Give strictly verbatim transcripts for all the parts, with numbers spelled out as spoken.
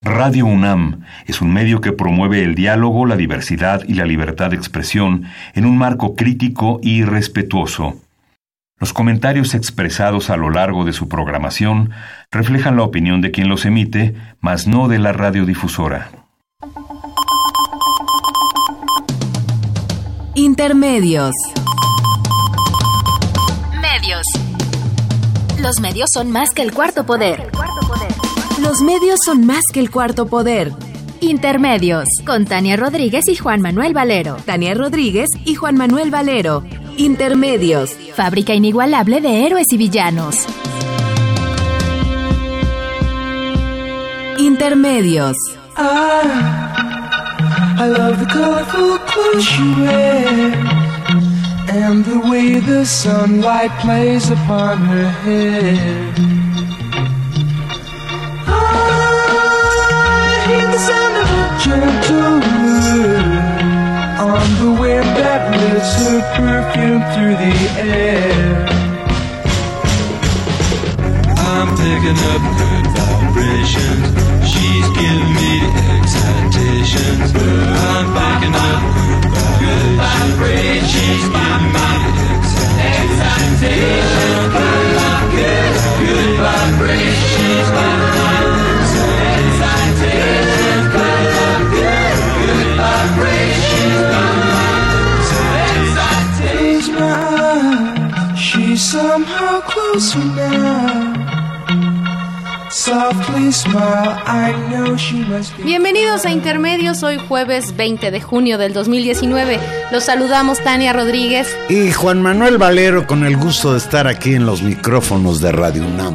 Radio UNAM es un medio que promueve el diálogo, la diversidad y la libertad de expresión en un marco crítico y respetuoso. Los comentarios expresados a lo largo de su programación reflejan la opinión de quien los emite, mas no de la radiodifusora. Intermedios. Medios. Los medios son más que el cuarto poder. Los medios son más que el cuarto poder. Intermedios, con Tania Rodríguez y Juan Manuel Valero. Tania Rodríguez y Juan Manuel Valero. Intermedios. Fábrica inigualable de héroes y villanos. Intermedios. I, I love the colorful clothes you wear and the way the sunlight plays upon her hair. I hear the sound of a gentle word on the wind that lifts her perfume through the air. I'm picking up good vibrations. She's giving me excitations. I'm picking up good vibrations. She's giving me excitations. Good, good, good vibrations. She's giving me excitations. Good, good, good vibrations. She's my eyes. She's somehow closer now. Bienvenidos a Intermedios, hoy jueves veinte de junio del dos mil diecinueve. Los saludamos Tania Rodríguez y Juan Manuel Valero, con el gusto de estar aquí en los micrófonos de Radio UNAM.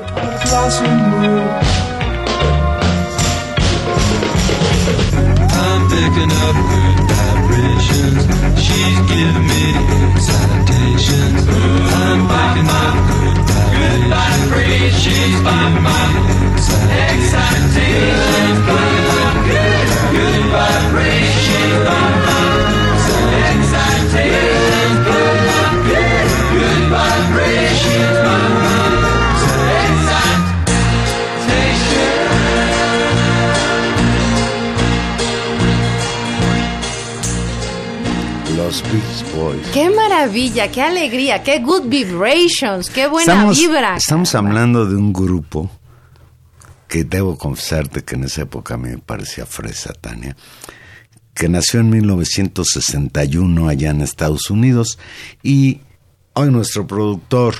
I'm picking up good vibrations. She's giving me excitations. I'm picking up good vibrations. She's giving me excitations. Good, good, good vibrations. Excitations. Good, good, good vibrations. Los Beach Boys. ¡Qué maravilla! ¡Qué alegría! ¡Qué good vibrations! ¡Qué buena estamos, vibra! Estamos hablando de un grupo que debo confesarte que en esa época me parecía fresa, Tania, que nació en mil novecientos sesenta y uno allá en Estados Unidos, y hoy nuestro productor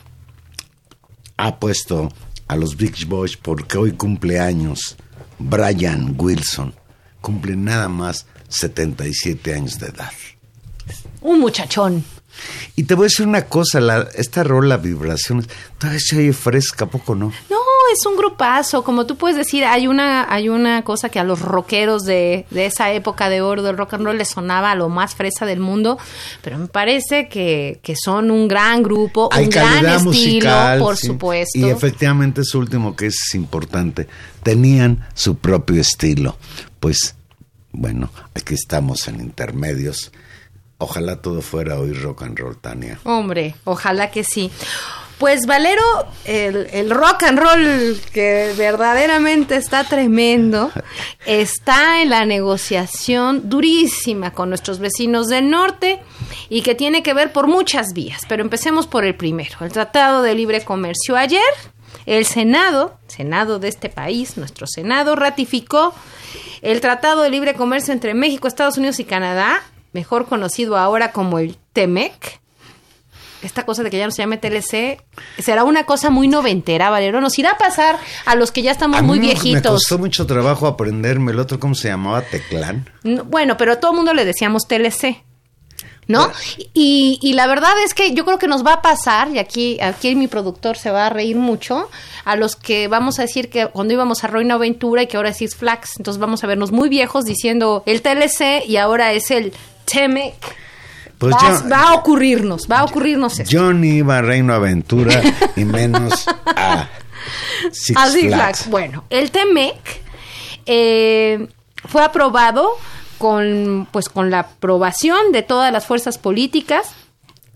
ha puesto a los Beach Boys porque hoy cumple años Brian Wilson. Cumple nada más setenta y siete años de edad. Un muchachón. Y te voy a decir una cosa, la, esta rola Vibraciones todavía se oye fresca, ¿a poco no? No, es un grupazo, como tú puedes decir, hay una hay una cosa que a los rockeros de, de esa época de oro del rock and roll les sonaba a lo más fresa del mundo, pero me parece que, que son un gran grupo, hay un gran estilo, musical, por sí, supuesto. Y efectivamente eso último que es importante, tenían su propio estilo. Pues, bueno, aquí estamos en Intermedios. Ojalá todo fuera hoy rock and roll, Tania. Hombre, ojalá que sí. Pues Valero, el, el rock and roll que verdaderamente está tremendo, está en la negociación durísima con nuestros vecinos del norte y que tiene que ver por muchas vías. Pero empecemos por el primero, el Tratado de Libre Comercio. Ayer el Senado, Senado de este país, nuestro Senado, ratificó el Tratado de Libre Comercio entre México, Estados Unidos y Canadá, mejor conocido ahora como el TEMEC. Esta cosa de que ya no se llame T L C será una cosa muy noventera, Valero. Nos irá a pasar a los que ya estamos muy me, viejitos. Me costó mucho trabajo aprenderme el otro, ¿cómo se llamaba? Teclán. No, bueno, pero a todo el mundo le decíamos T L C, ¿no? Bueno. Y, y la verdad es que yo creo que nos va a pasar, y aquí, aquí mi productor se va a reír mucho, a los que vamos a decir que cuando íbamos a Reino Aventura y que ahora es Six Flags, entonces vamos a vernos muy viejos diciendo el T L C y ahora es el TEMEC. Pues va, yo, va a ocurrirnos, va a ocurrirnos eso. Yo ni iba a Reino Aventura y menos a Six, a Six Flags. Flags. Bueno, el TEMEC eh, fue aprobado con, pues, con la aprobación de todas las fuerzas políticas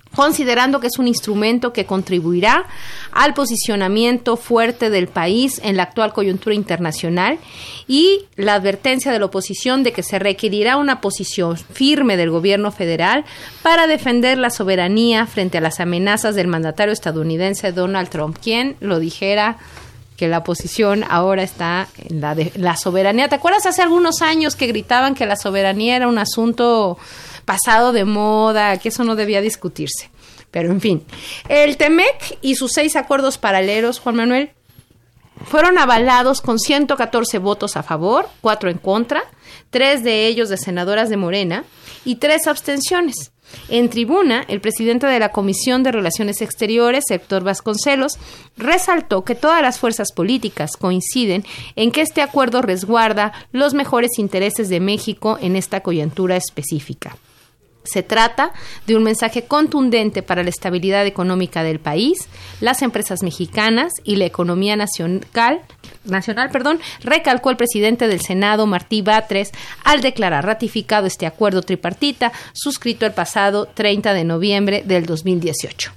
considerando que es un instrumento que contribuirá al posicionamiento fuerte del país en la actual coyuntura internacional, y la advertencia de la oposición de que se requerirá una posición firme del gobierno federal para defender la soberanía frente a las amenazas del mandatario estadounidense Donald Trump, quien lo dijera que la oposición ahora está en la, de, la soberanía. ¿Te acuerdas hace algunos años que gritaban que la soberanía era un asunto pasado de moda, que eso no debía discutirse? Pero en fin, el Temec y sus seis acuerdos paralelos, Juan Manuel, fueron avalados con ciento catorce votos a favor, cuatro en contra, tres de ellos de senadoras de Morena y tres abstenciones. En tribuna, el presidente de la Comisión de Relaciones Exteriores, Héctor Vasconcelos, resaltó que todas las fuerzas políticas coinciden en que este acuerdo resguarda los mejores intereses de México en esta coyuntura específica. Se trata de un mensaje contundente para la estabilidad económica del país, las empresas mexicanas y la economía nacional, nacional, perdón, recalcó el presidente del Senado, Martí Batres, al declarar ratificado este acuerdo tripartita suscrito el pasado treinta de noviembre del dos mil dieciocho.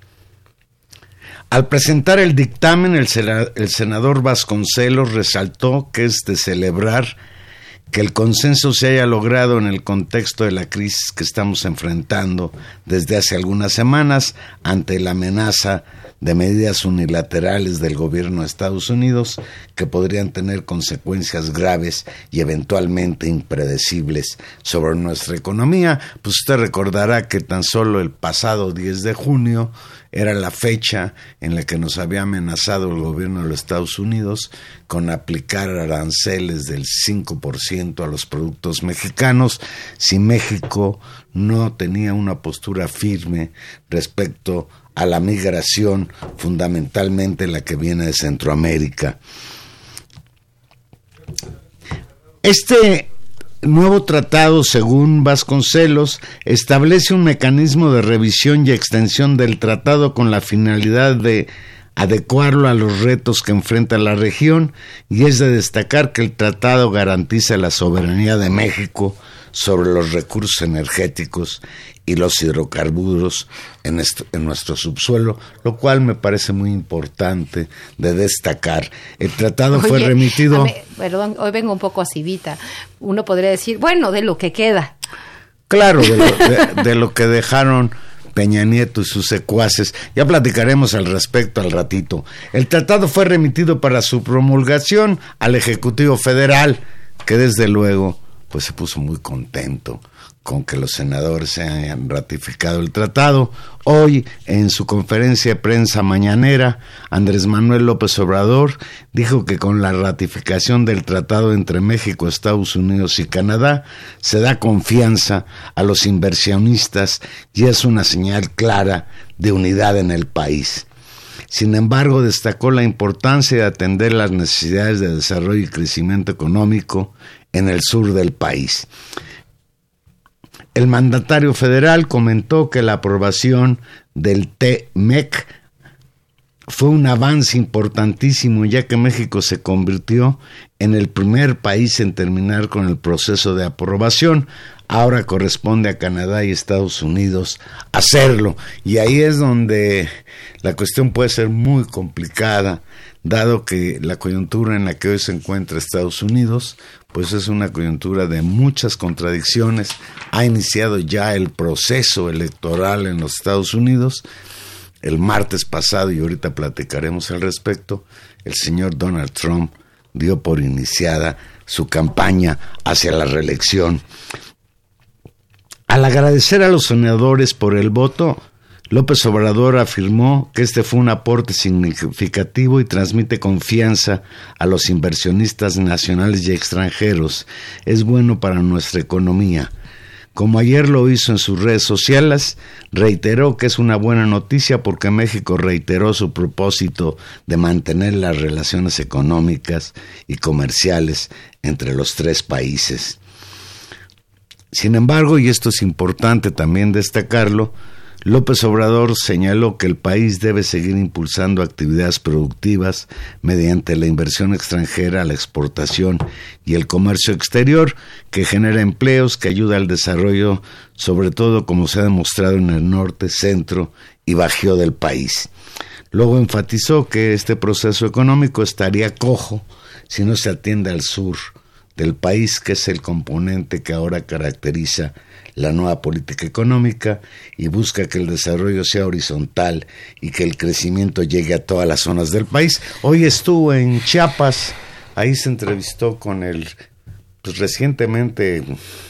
Al presentar el dictamen, el, el senador Vasconcelos resaltó que es de celebrar que el consenso se haya logrado en el contexto de la crisis que estamos enfrentando desde hace algunas semanas ante la amenaza de medidas unilaterales del gobierno de Estados Unidos que podrían tener consecuencias graves y eventualmente impredecibles sobre nuestra economía. Pues usted recordará que tan solo el pasado diez de junio era la fecha en la que nos había amenazado el gobierno de los Estados Unidos con aplicar aranceles del cinco por ciento a los productos mexicanos si México no tenía una postura firme respecto a la migración, fundamentalmente la que viene de Centroamérica. Este nuevo tratado, según Vasconcelos, establece un mecanismo de revisión y extensión del tratado con la finalidad de adecuarlo a los retos que enfrenta la región, y es de destacar que el tratado garantiza la soberanía de México sobre los recursos energéticos y los hidrocarburos en, esto, en nuestro subsuelo, lo cual me parece muy importante de destacar. El tratado Oye, fue remitido... Me, perdón, hoy vengo un poco asivita. Uno podría decir, bueno, de lo que queda. Claro, de lo, de, de lo que dejaron Peña Nieto y sus secuaces. Ya platicaremos al respecto al ratito. El tratado fue remitido para su promulgación al Ejecutivo Federal, que desde luego pues se puso muy contento con que los senadores hayan ratificado el tratado. Hoy, en su conferencia de prensa mañanera, Andrés Manuel López Obrador dijo que con la ratificación del tratado entre México, Estados Unidos y Canadá, se da confianza a los inversionistas y es una señal clara de unidad en el país. Sin embargo, destacó la importancia de atender las necesidades de desarrollo y crecimiento económico en el sur del país. El mandatario federal comentó que la aprobación del T M E C fue un avance importantísimo, ya que México se convirtió en el primer país en terminar con el proceso de aprobación. Ahora corresponde a Canadá y Estados Unidos hacerlo, y ahí es donde la cuestión puede ser muy complicada, dado que la coyuntura en la que hoy se encuentra Estados Unidos pues es una coyuntura de muchas contradicciones. Ha iniciado ya el proceso electoral en los Estados Unidos. El martes pasado, y ahorita platicaremos al respecto, el señor Donald Trump dio por iniciada su campaña hacia la reelección. Al agradecer a los senadores por el voto, López Obrador afirmó que este fue un aporte significativo y transmite confianza a los inversionistas nacionales y extranjeros. Es bueno para nuestra economía. Como ayer lo hizo en sus redes sociales, reiteró que es una buena noticia porque México reiteró su propósito de mantener las relaciones económicas y comerciales entre los tres países. Sin embargo, y esto es importante también destacarlo, López Obrador señaló que el país debe seguir impulsando actividades productivas mediante la inversión extranjera, la exportación y el comercio exterior, que genera empleos, que ayuda al desarrollo, sobre todo como se ha demostrado en el norte, centro y bajío del país. Luego enfatizó que este proceso económico estaría cojo si no se atiende al sur del país, que es el componente que ahora caracteriza la nueva política económica y busca que el desarrollo sea horizontal y que el crecimiento llegue a todas las zonas del país. Hoy estuvo en Chiapas, ahí se entrevistó con el, pues recientemente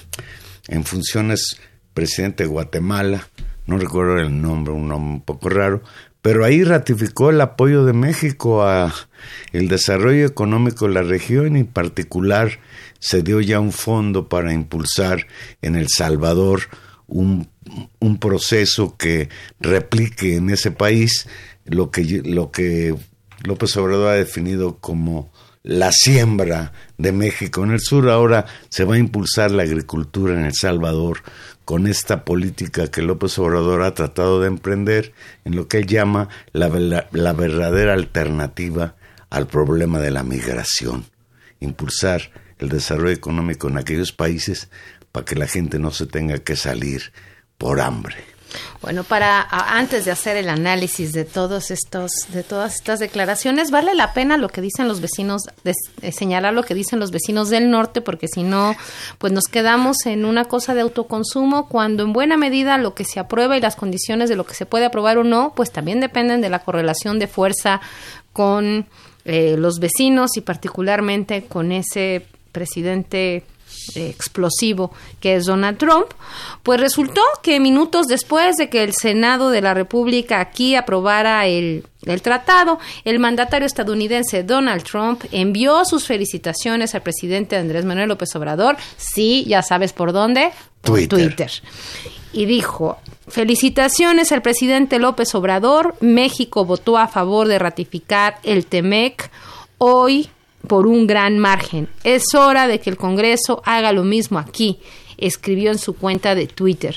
en funciones, presidente de Guatemala, no recuerdo el nombre, un nombre un poco raro, pero ahí ratificó el apoyo de México a el desarrollo económico de la región, y en particular se dio ya un fondo para impulsar en El Salvador un, un proceso que replique en ese país lo que, lo que López Obrador ha definido como la siembra de México en el sur. Ahora se va a impulsar la agricultura en El Salvador con esta política que López Obrador ha tratado de emprender en lo que él llama la, la, la verdadera alternativa al problema de la migración. Impulsar el desarrollo económico en aquellos países para que la gente no se tenga que salir por hambre. Bueno, para a, antes de hacer el análisis de todos estos, de todas estas declaraciones, vale la pena lo que dicen los vecinos, de, de señalar lo que dicen los vecinos del norte, porque si no, pues nos quedamos en una cosa de autoconsumo, cuando en buena medida lo que se aprueba y las condiciones de lo que se puede aprobar o no, pues también dependen de la correlación de fuerza con eh, los vecinos y particularmente con ese presidente eh, explosivo que es Donald Trump. Pues resultó que minutos después de que el Senado de la República aquí aprobara el, el tratado, el mandatario estadounidense Donald Trump envió sus felicitaciones al presidente Andrés Manuel López Obrador. Sí, ya sabes por dónde, por Twitter. Twitter. Y dijo: felicitaciones al presidente López Obrador, México votó a favor de ratificar el TEMEC hoy por un gran margen. Es hora de que el Congreso haga lo mismo aquí, escribió en su cuenta de Twitter.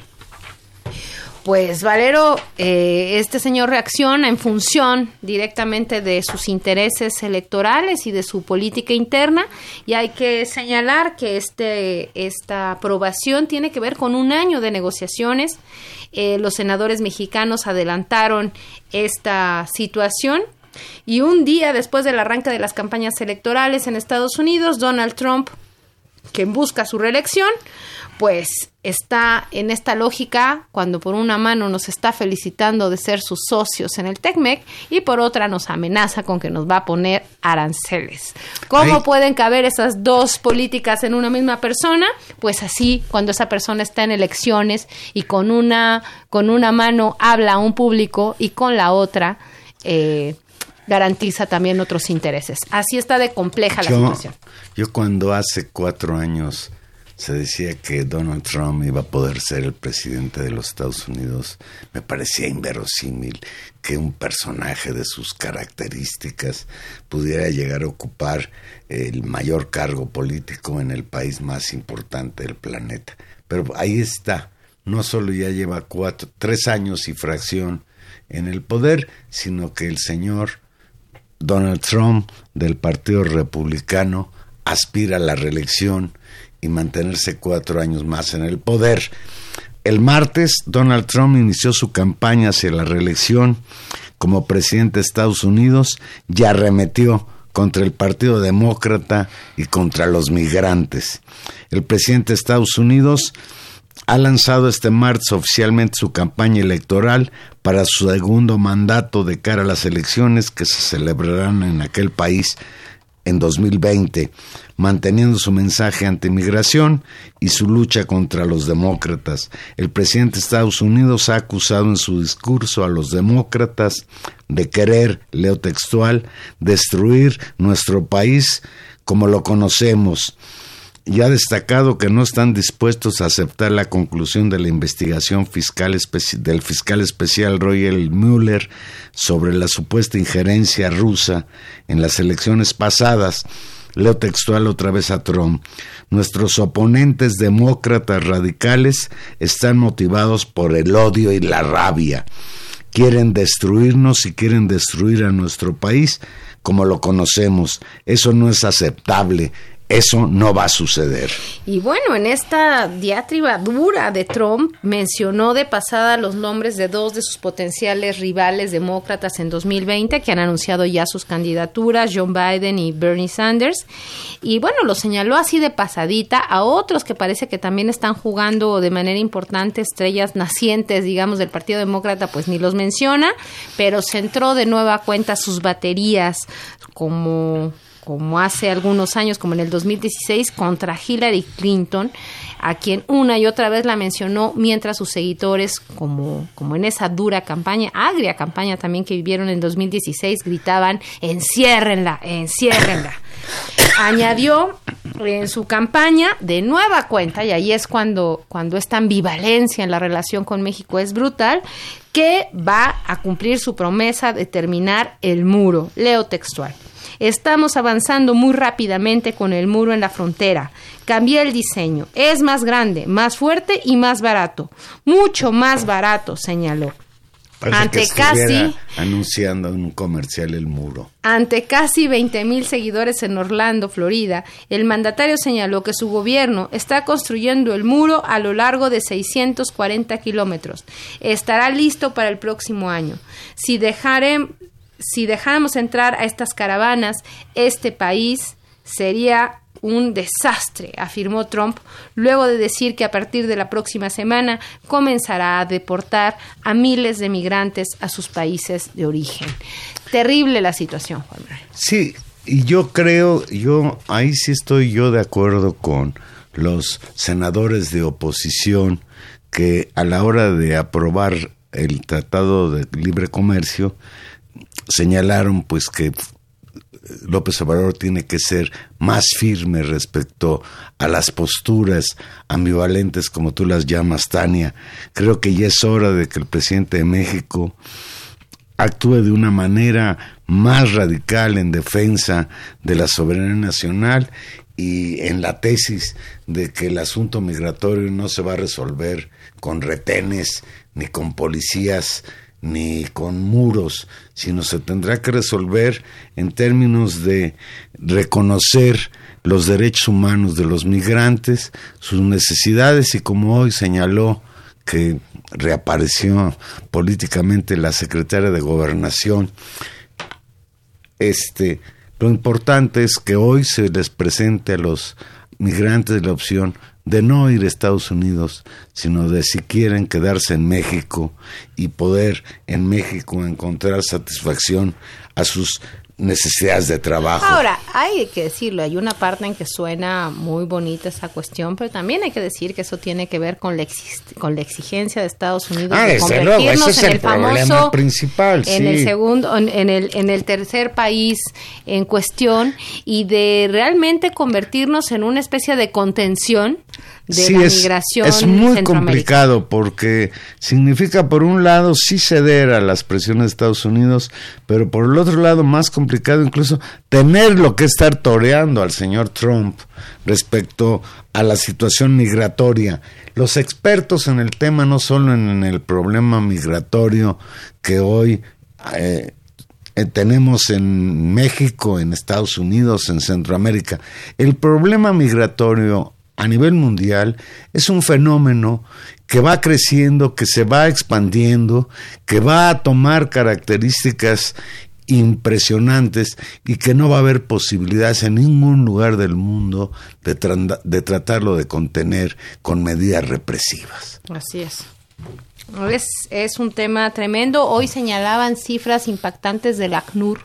Pues Valero, eh, este señor reacciona en función directamente de sus intereses electorales y de su política interna, y hay que señalar que este esta aprobación tiene que ver con un año de negociaciones. Eh, los senadores mexicanos adelantaron esta situación. Y un día después del arranque de las campañas electorales en Estados Unidos, Donald Trump, que busca su reelección, pues está en esta lógica cuando por una mano nos está felicitando de ser sus socios en el TECMEC y por otra nos amenaza con que nos va a poner aranceles. ¿Cómo Ay. pueden caber esas dos políticas en una misma persona? Pues así, cuando esa persona está en elecciones y con una, con una mano habla a un público y con la otra eh, garantiza también otros intereses. Así está de compleja la yo, situación. Yo cuando hace cuatro años se decía que Donald Trump iba a poder ser el presidente de los Estados Unidos, me parecía inverosímil que un personaje de sus características pudiera llegar a ocupar el mayor cargo político en el país más importante del planeta. Pero ahí está, no solo ya lleva cuatro, tres años y fracción en el poder, sino que el señor Donald Trump del Partido Republicano aspira a la reelección y mantenerse cuatro años más en el poder. El martes, Donald Trump inició su campaña hacia la reelección como presidente de Estados Unidos y arremetió contra el Partido Demócrata y contra los migrantes. El presidente de Estados Unidos ha lanzado este martes oficialmente su campaña electoral para su segundo mandato de cara a las elecciones que se celebrarán en aquel país en dos mil veinte, manteniendo su mensaje antimigración y su lucha contra los demócratas. El presidente de Estados Unidos ha acusado en su discurso a los demócratas de querer, leo textual, destruir nuestro país como lo conocemos, y ha destacado que no están dispuestos a aceptar la conclusión de la investigación fiscal especi- del fiscal especial Roger Mueller sobre la supuesta injerencia rusa en las elecciones pasadas. leo textual otra vez a Trump, nuestros oponentes demócratas radicales están motivados por el odio y la rabia. Quieren destruirnos y quieren destruir a nuestro país como lo conocemos. Eso no es aceptable. Eso no va a suceder. Y bueno, en esta diatriba dura de Trump, mencionó de pasada los nombres de dos de sus potenciales rivales demócratas en dos mil veinte, que han anunciado ya sus candidaturas, Joe Biden y Bernie Sanders. Y bueno, lo señaló así de pasadita. A otros que parece que también están jugando de manera importante, estrellas nacientes, digamos, del Partido Demócrata, pues ni los menciona, pero centró de nueva cuenta sus baterías como... como hace algunos años, como en el dos mil dieciséis, contra Hillary Clinton, a quien una y otra vez la mencionó, mientras sus seguidores, como, como en esa dura campaña, agria campaña también que vivieron en dos mil dieciséis, gritaban, enciérrenla, enciérrenla. Añadió en su campaña, de nueva cuenta, y ahí es cuando, cuando esta ambivalencia en la relación con México es brutal, que va a cumplir su promesa de terminar el muro. Leo textual. Estamos avanzando muy rápidamente con el muro en la frontera. Cambié el diseño. Es más grande, más fuerte y más barato. Mucho más barato, señaló. Parece ante que casi anunciando en un comercial el muro. Ante casi veinte mil seguidores en Orlando, Florida, el mandatario señaló que su gobierno está construyendo el muro a lo largo de seiscientos cuarenta kilómetros. Estará listo para el próximo año. Si dejaremos Si dejáramos entrar a estas caravanas, este país sería un desastre, afirmó Trump, luego de decir que a partir de la próxima semana comenzará a deportar a miles de migrantes a sus países de origen. Terrible la situación, Juan Manuel. Sí, y yo creo, yo ahí sí estoy yo de acuerdo con los senadores de oposición que a la hora de aprobar el Tratado de Libre Comercio señalaron pues que López Obrador tiene que ser más firme respecto a las posturas ambivalentes, como tú las llamas, Tania. Creo que ya es hora de que el presidente de México actúe de una manera más radical en defensa de la soberanía nacional y en la tesis de que el asunto migratorio no se va a resolver con retenes ni con policías ni con muros, sino se tendrá que resolver en términos de reconocer los derechos humanos de los migrantes, sus necesidades, y como hoy señaló que reapareció políticamente la secretaria de Gobernación, este, lo importante es que hoy se les presente a los migrantes la opción de no ir a Estados Unidos, sino de si quieren quedarse en México y poder en México encontrar satisfacción a sus necesidades de trabajo. Ahora, hay que decirlo, hay una parte en que suena muy bonita esa cuestión, pero también hay que decir que eso tiene que ver con la, exist- con la exigencia de Estados Unidos ah, de desde luego, ese es en el, el problema famoso, principal, en sí. el segundo, en, en el en el tercer país en cuestión, y de realmente convertirnos en una especie de contención de sí, la es, migración. Es muy complicado porque significa por un lado sí ceder a las presiones de Estados Unidos, pero por el otro lado más complicado incluso tenerlo que estar toreando al señor Trump respecto a la situación migratoria. Los expertos en el tema, no solo en, en el problema migratorio que hoy eh, eh, tenemos en México, en Estados Unidos, en Centroamérica, el problema migratorio a nivel mundial es un fenómeno que va creciendo, que se va expandiendo, que va a tomar características impresionantes y que no va a haber posibilidades en ningún lugar del mundo de, tra- de tratarlo de contener con medidas represivas. Así es. Es, es un tema tremendo. Hoy señalaban cifras impactantes del ACNUR,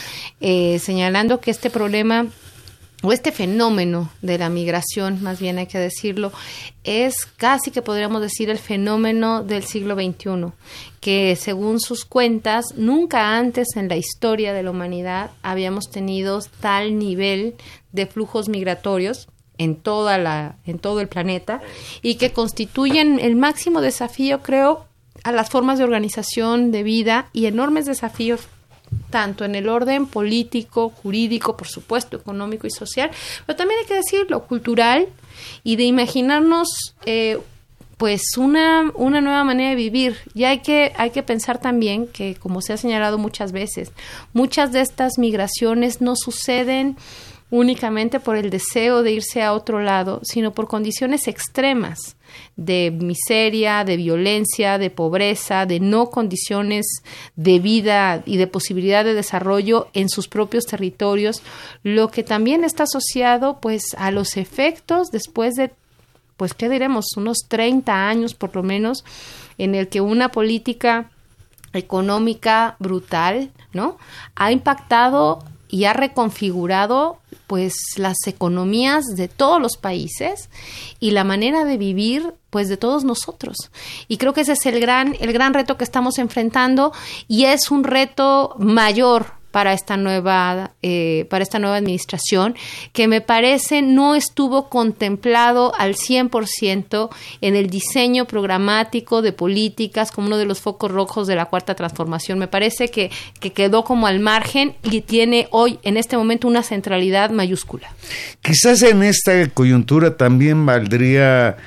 eh, señalando que este problema o este fenómeno de la migración, más bien hay que decirlo, es casi que podríamos decir el fenómeno del siglo veintiuno, que según sus cuentas, nunca antes en la historia de la humanidad habíamos tenido tal nivel de flujos migratorios en toda la, en todo el planeta, y que constituyen el máximo desafío, creo, a las formas de organización de vida y enormes desafíos tanto en el orden político, jurídico, por supuesto, económico y social, pero también hay que decirlo, cultural, y de imaginarnos eh, pues una, una nueva manera de vivir. Y hay que, hay que pensar también que, como se ha señalado muchas veces, muchas de estas migraciones no suceden únicamente por el deseo de irse a otro lado, sino por condiciones extremas de miseria, de violencia, de pobreza, de no condiciones de vida y de posibilidad de desarrollo en sus propios territorios, lo que también está asociado pues a los efectos después de, pues qué diremos, unos treinta años por lo menos, en el que una política económica brutal, ¿no?, ha impactado y ha reconfigurado pues las economías de todos los países y la manera de vivir pues de todos nosotros. Y creo que ese es el gran el gran reto que estamos enfrentando, y es un reto mayor para esta nueva eh, para esta nueva administración, que me parece no estuvo contemplado al cien por ciento en el diseño programático de políticas como uno de los focos rojos de la Cuarta Transformación. Me parece que, que quedó como al margen y tiene hoy, en este momento, una centralidad mayúscula. Quizás en esta coyuntura también valdría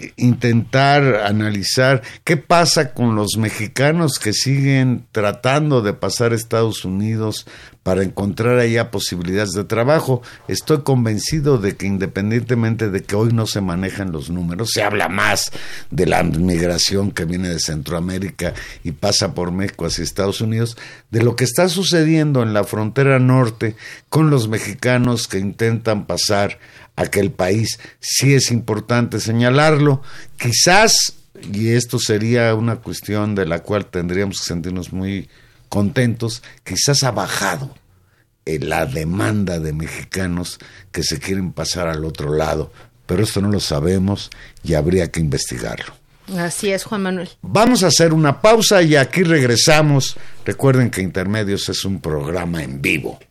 intentar analizar qué pasa con los mexicanos que siguen tratando de pasar a Estados Unidos para encontrar allá posibilidades de trabajo. Estoy convencido de que, independientemente de que hoy no se manejan los números, se habla más de la migración que viene de Centroamérica y pasa por México hacia Estados Unidos, de lo que está sucediendo en la frontera norte con los mexicanos que intentan pasar a aquel país. Sí es importante señalarlo. Quizás, y esto sería una cuestión de la cual tendríamos que sentirnos muy contentos, quizás ha bajado eh, la demanda de mexicanos que se quieren pasar al otro lado, pero esto no lo sabemos y habría que investigarlo. Así es, Juan Manuel. Vamos a hacer una pausa y aquí regresamos. Recuerden que Intermedios es un programa en vivo.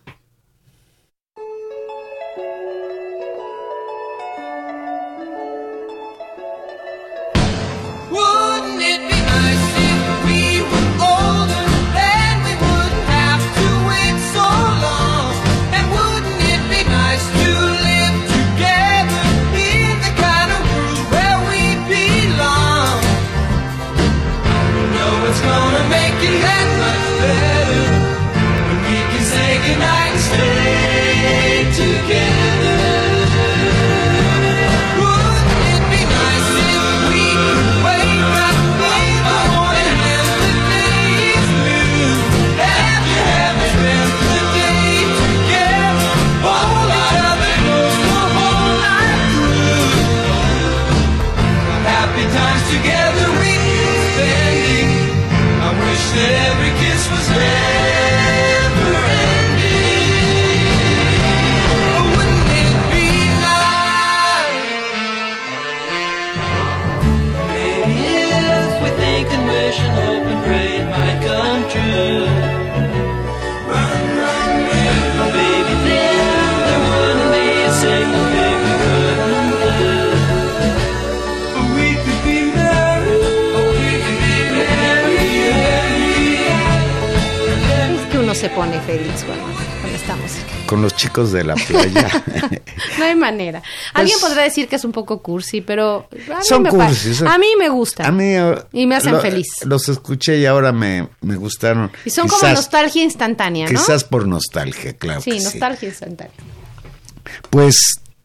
Se pone feliz cuando, cuando estamos con los chicos de la playa. No hay manera. Pues, alguien podrá decir que es un poco cursi, pero a mí son me cursis. A mí me gusta. A mí y me hacen lo, feliz. Los escuché y ahora me, me gustaron. Y son quizás, como nostalgia instantánea, ¿no? Quizás por nostalgia, claro. Sí, que nostalgia sí. instantánea. Pues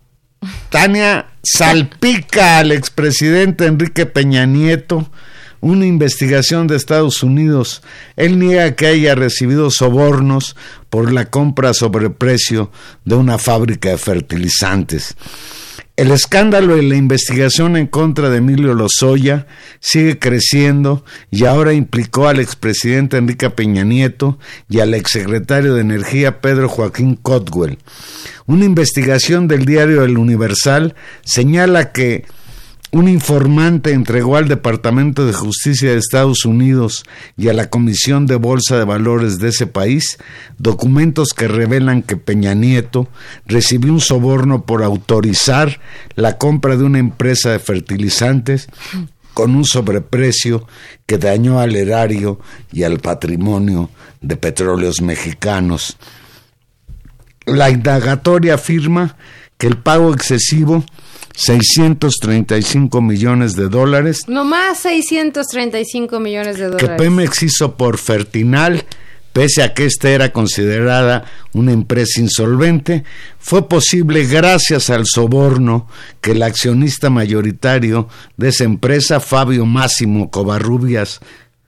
Tania salpica al expresidente Enrique Peña Nieto una investigación de Estados Unidos. Él niega que haya recibido sobornos por la compra a sobreprecio de una fábrica de fertilizantes. El escándalo y la investigación en contra de Emilio Lozoya sigue creciendo y ahora implicó al expresidente Enrique Peña Nieto y al exsecretario de Energía Pedro Joaquín Cotwell. Una investigación del diario El Universal señala que un informante entregó al Departamento de Justicia de Estados Unidos y a la Comisión de Bolsa de Valores de ese país documentos que revelan que Peña Nieto recibió un soborno por autorizar la compra de una empresa de fertilizantes con un sobreprecio que dañó al erario y al patrimonio de Petróleos Mexicanos. La indagatoria afirma que el pago excesivo, seiscientos treinta y cinco millones de dólares, no más seiscientos treinta y cinco millones de dólares, que Pemex hizo por Fertinal, pese a que esta era considerada una empresa insolvente, fue posible gracias al soborno que el accionista mayoritario de esa empresa, Fabio Máximo Covarrubias,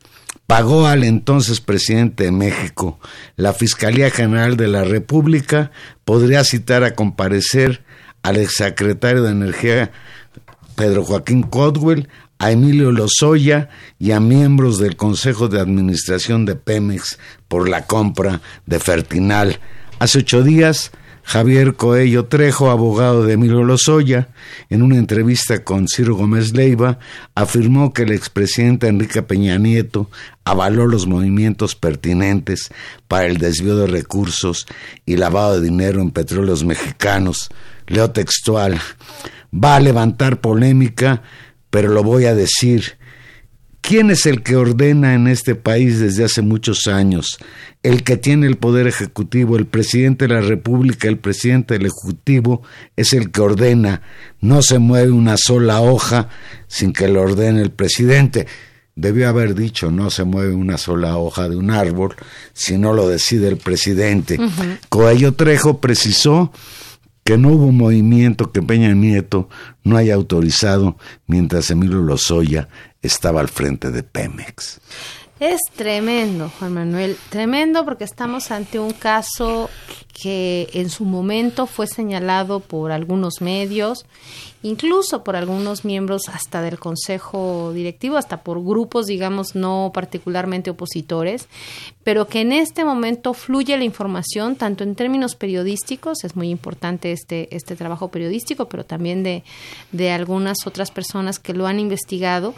pagó al entonces presidente de México. La Fiscalía General de la República podría citar a comparecer al exsecretario de Energía, Pedro Joaquín Codwell, a Emilio Lozoya y a miembros del Consejo de Administración de Pemex por la compra de Fertinal. Hace ocho días, Javier Coello Trejo, abogado de Emilio Lozoya, en una entrevista con Ciro Gómez Leiva, afirmó que el expresidente Enrique Peña Nieto avaló los movimientos pertinentes para el desvío de recursos y lavado de dinero en Petróleos Mexicanos. Leo textual: va a levantar polémica, pero lo voy a decir. ¿Quién es el que ordena en este país desde hace muchos años? El que tiene el poder ejecutivo, el presidente de la República, el presidente del Ejecutivo es el que ordena. No se mueve una sola hoja sin que lo ordene el presidente. Debió haber dicho, no se mueve una sola hoja de un árbol si no lo decide el presidente. Uh-huh. Coello Trejo precisó que no hubo movimiento que Peña Nieto no haya autorizado mientras Emilio Lozoya estaba al frente de Pemex. Es tremendo, Juan Manuel, tremendo, porque estamos ante un caso que en su momento fue señalado por algunos medios, incluso por algunos miembros hasta del Consejo Directivo, hasta por grupos, digamos, no particularmente opositores, pero que en este momento fluye la información, tanto en términos periodísticos, es muy importante este, este trabajo periodístico, pero también de, de algunas otras personas que lo han investigado,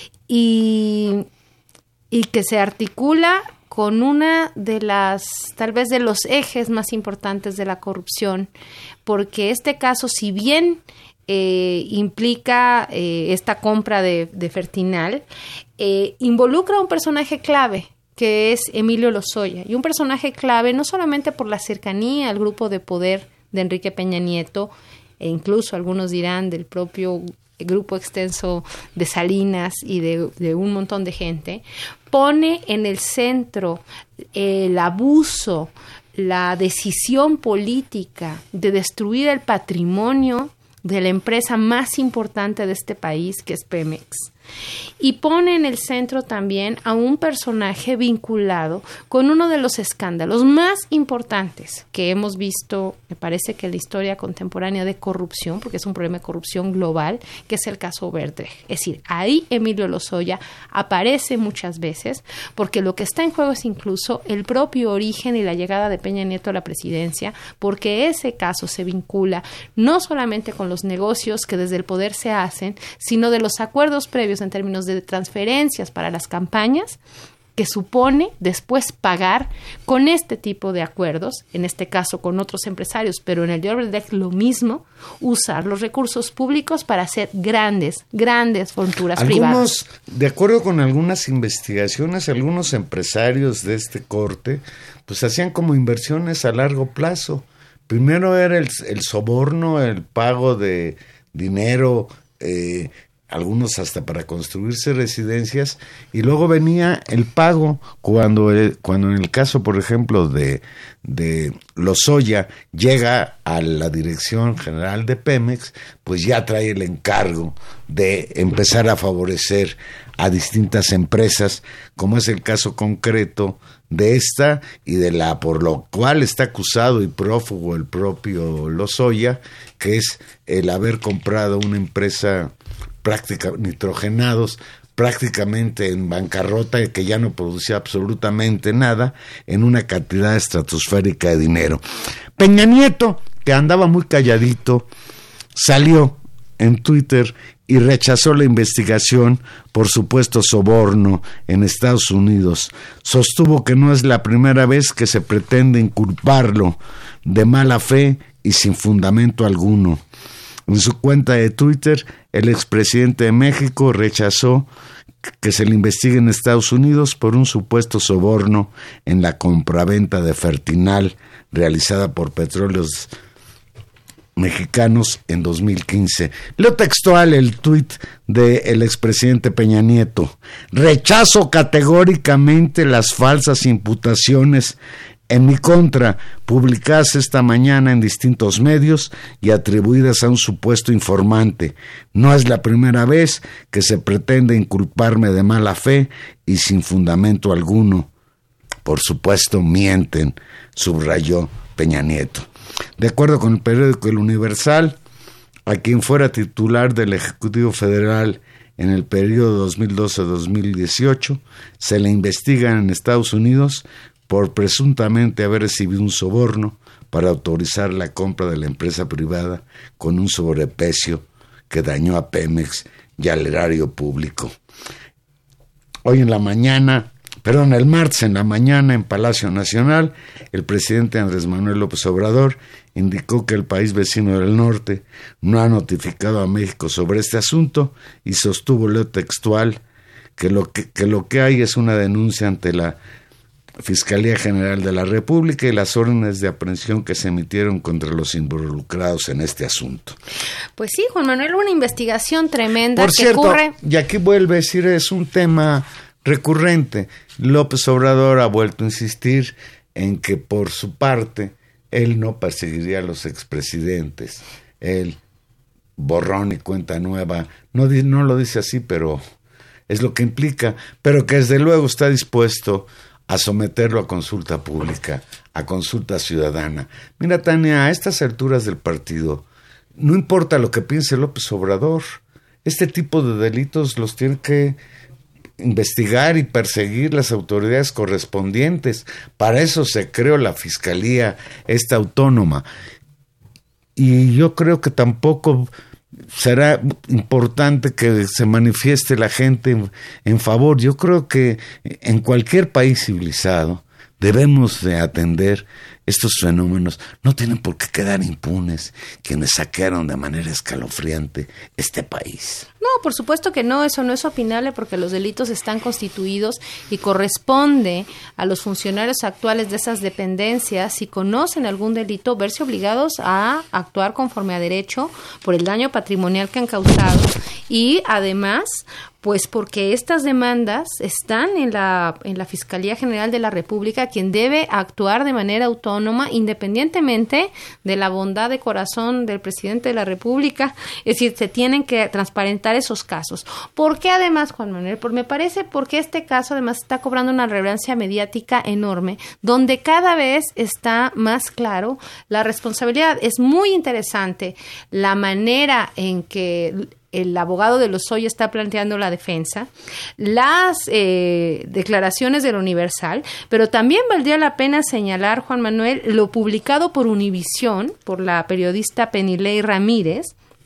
y... y que se articula con una de las, tal vez de los ejes más importantes de la corrupción, porque este caso, si bien eh, implica eh, esta compra de, de Fertinal, eh, involucra a un personaje clave, que es Emilio Lozoya, y un personaje clave no solamente por la cercanía al grupo de poder de Enrique Peña Nieto, e incluso algunos dirán del propio grupo extenso de Salinas y de, de un montón de gente, pone en el centro el abuso, la decisión política de destruir el patrimonio de la empresa más importante de este país, que es Pemex. Y pone en el centro también a un personaje vinculado con uno de los escándalos más importantes que hemos visto, me parece que en la historia contemporánea de corrupción, porque es un problema de corrupción global, que es el caso Odebrecht. Es decir, ahí Emilio Lozoya aparece muchas veces, porque lo que está en juego es incluso el propio origen y la llegada de Peña Nieto a la presidencia, porque ese caso se vincula no solamente con los negocios que desde el poder se hacen, sino de los acuerdos previos en términos de transferencias para las campañas que supone después pagar con este tipo de acuerdos, en este caso con otros empresarios, pero en el de Odebrecht lo mismo, usar los recursos públicos para hacer grandes, grandes fortunas algunos, privadas. De acuerdo con algunas investigaciones, algunos empresarios de este corte, pues hacían como inversiones a largo plazo. Primero era el, el soborno, el pago de dinero, eh, algunos hasta para construirse residencias, y luego venía el pago cuando, eh, cuando en el caso, por ejemplo, de, de Lozoya llega a la dirección general de Pemex, pues ya trae el encargo de empezar a favorecer a distintas empresas, como es el caso concreto de esta y de la por lo cual está acusado y prófugo el propio Lozoya, que es el haber comprado una empresa práctica, nitrogenados, prácticamente en bancarrota, que ya no producía absolutamente nada, en una cantidad estratosférica de dinero. Peña Nieto, que andaba muy calladito, salió en Twitter y rechazó la investigación por supuesto soborno en Estados Unidos. Sostuvo que no es la primera vez que se pretende inculparlo de mala fe y sin fundamento alguno. En su cuenta de Twitter, el expresidente de México rechazó que se le investigue en Estados Unidos por un supuesto soborno en la compraventa de Fertinal realizada por Petróleos Mexicanos en dos mil quince. Leo textual el tuit del expresidente Peña Nieto. Rechazo categóricamente las falsas imputaciones en mi contra, publicadas esta mañana en distintos medios y atribuidas a un supuesto informante. No es la primera vez que se pretende inculparme de mala fe y sin fundamento alguno. Por supuesto, mienten, subrayó Peña Nieto. De acuerdo con el periódico El Universal, a quien fuera titular del Ejecutivo Federal en el periodo dos mil doce a dos mil dieciocho, se le investiga en Estados Unidos por presuntamente haber recibido un soborno para autorizar la compra de la empresa privada con un sobreprecio que dañó a Pemex y al erario público. Hoy en la mañana, perdón, el martes en la mañana en Palacio Nacional, el presidente Andrés Manuel López Obrador indicó que el país vecino del norte no ha notificado a México sobre este asunto y sostuvo, leo textual, que lo que, que lo que hay es una denuncia ante la Fiscalía General de la República y las órdenes de aprehensión que se emitieron contra los involucrados en este asunto. Pues sí, Juan Manuel, una investigación tremenda. Por que cierto, ocurre... y aquí vuelve a decir, es un tema recurrente. López Obrador ha vuelto a insistir en que por su parte él no perseguiría a los expresidentes. Él, borrón y cuenta nueva, no, no lo dice así, pero es lo que implica, pero que desde luego está dispuesto a someterlo a consulta pública, a consulta ciudadana. Mira, Tania, a estas alturas del partido, no importa lo que piense López Obrador, este tipo de delitos los tienen que investigar y perseguir las autoridades correspondientes. Para eso se creó la Fiscalía esta autónoma. Y yo creo que tampoco será importante que se manifieste la gente en, en favor. Yo creo que en cualquier país civilizado debemos de atender estos fenómenos. No tienen por qué quedar impunes quienes saquearon de manera escalofriante este país. No, por supuesto que no, eso no es opinable porque los delitos están constituidos y corresponde a los funcionarios actuales de esas dependencias, si conocen algún delito, verse obligados a actuar conforme a derecho por el daño patrimonial que han causado y además, pues porque estas demandas están en la, en la Fiscalía General de la República, quien debe actuar de manera autónoma independientemente de la bondad de corazón del presidente de la República. Es decir, se tienen que transparentar esos casos. ¿Por qué además, Juan Manuel? Porque me parece porque este caso además está cobrando una relevancia mediática enorme, donde cada vez está más claro la responsabilidad. Es muy interesante la manera en que el abogado de Lozoya está planteando la defensa, las eh, declaraciones del Universal, pero también valdría la pena señalar, Juan Manuel, lo publicado por Univisión, por la periodista Penilei Ramírez,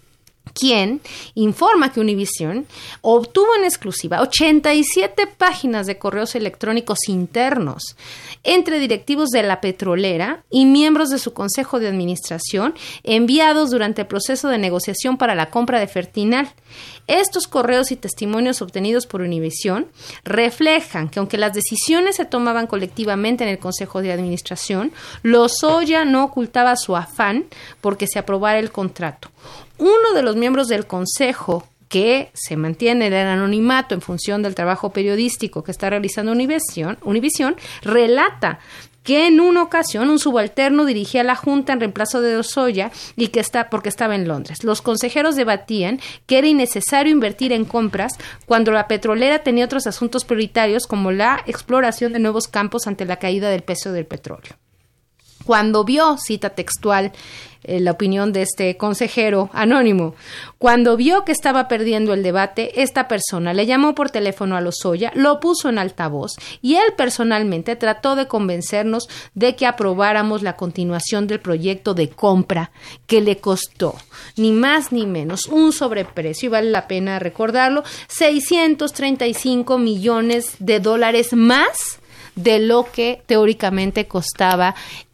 quien informa que Univisión obtuvo en exclusiva ochenta y siete páginas de correos electrónicos internos entre directivos de la petrolera y miembros de su consejo de administración enviados durante el proceso de negociación para la compra de Fertinal. Estos correos y testimonios obtenidos por Univisión reflejan que aunque las decisiones se tomaban colectivamente en el consejo de administración, Lozoya no ocultaba su afán porque se aprobara el contrato. Uno de los miembros del consejo, que se mantiene en el anonimato en función del trabajo periodístico que está realizando Univisión, Univisión relata que en una ocasión un subalterno dirigía la junta en reemplazo de Lozoya y que está porque estaba en Londres. Los consejeros debatían que era innecesario invertir en compras cuando la petrolera tenía otros asuntos prioritarios como la exploración de nuevos campos ante la caída del precio del petróleo. Cuando vio, cita textual, eh, la opinión de este consejero anónimo, cuando vio que estaba perdiendo el debate, esta persona le llamó por teléfono a Lozoya, lo puso en altavoz y él personalmente trató de convencernos de que aprobáramos la continuación del proyecto de compra que le costó ni más ni menos un sobreprecio, y vale la pena recordarlo, seiscientos treinta y cinco millones de dólares más de lo que teóricamente costaba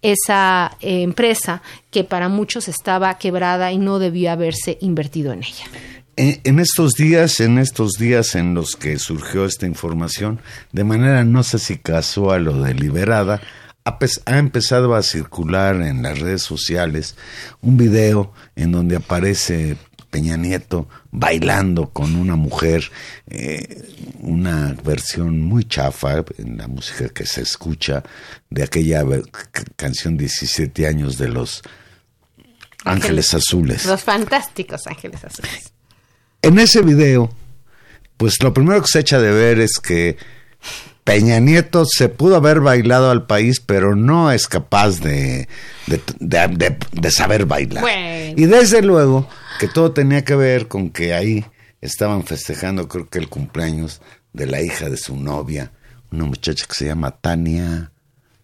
esa eh, empresa que para muchos estaba quebrada y no debió haberse invertido en ella. En estos días, en estos días en los que surgió esta información, de manera no sé si casual o deliberada, ha, ha empezado a circular en las redes sociales un video en donde aparece Peña Nieto bailando con una mujer, eh, una versión muy chafa en la música que se escucha de aquella canción diecisiete años de los Ángeles, Ángeles Azules. Los fantásticos Ángeles Azules. En ese video, pues lo primero que se echa de ver es que Peña Nieto se pudo haber bailado al país, pero no es capaz de, de, de, de, de saber bailar. Bueno. Y desde luego que todo tenía que ver con que ahí estaban festejando, creo que el cumpleaños de la hija de su novia, una muchacha que se llama Tania.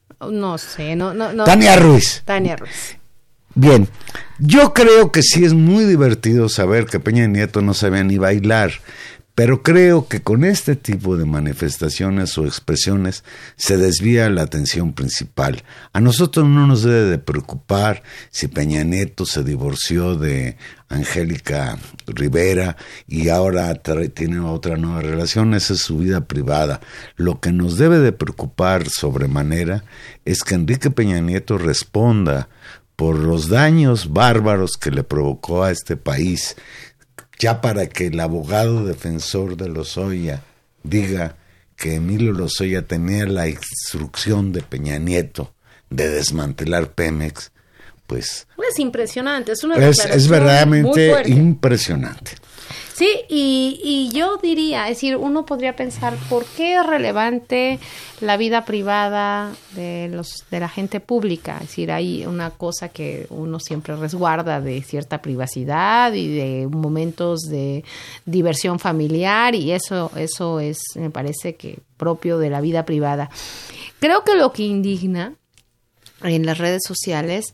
No sé, no, no, no. Tania Ruiz. Tania Ruiz. Bien, yo creo que sí es muy divertido saber que Peña Nieto no sabía ni bailar, pero creo que con este tipo de manifestaciones o expresiones se desvía la atención principal. A nosotros no nos debe de preocupar si Peña Nieto se divorció de Angélica Rivera y ahora trae, tiene otra nueva relación, esa es su vida privada. Lo que nos debe de preocupar sobremanera es que Enrique Peña Nieto responda por los daños bárbaros que le provocó a este país, ya para que el abogado defensor de Lozoya diga que Emilio Lozoya tenía la instrucción de Peña Nieto de desmantelar Pemex, pues... Es impresionante, es una es, es verdaderamente impresionante. Sí, y, y yo diría, es decir, uno podría pensar, ¿por qué es relevante la vida privada de los de la gente pública? Es decir, hay una cosa que uno siempre resguarda de cierta privacidad y de momentos de diversión familiar, y eso, eso es, me parece que propio de la vida privada. Creo que lo que indigna en las redes sociales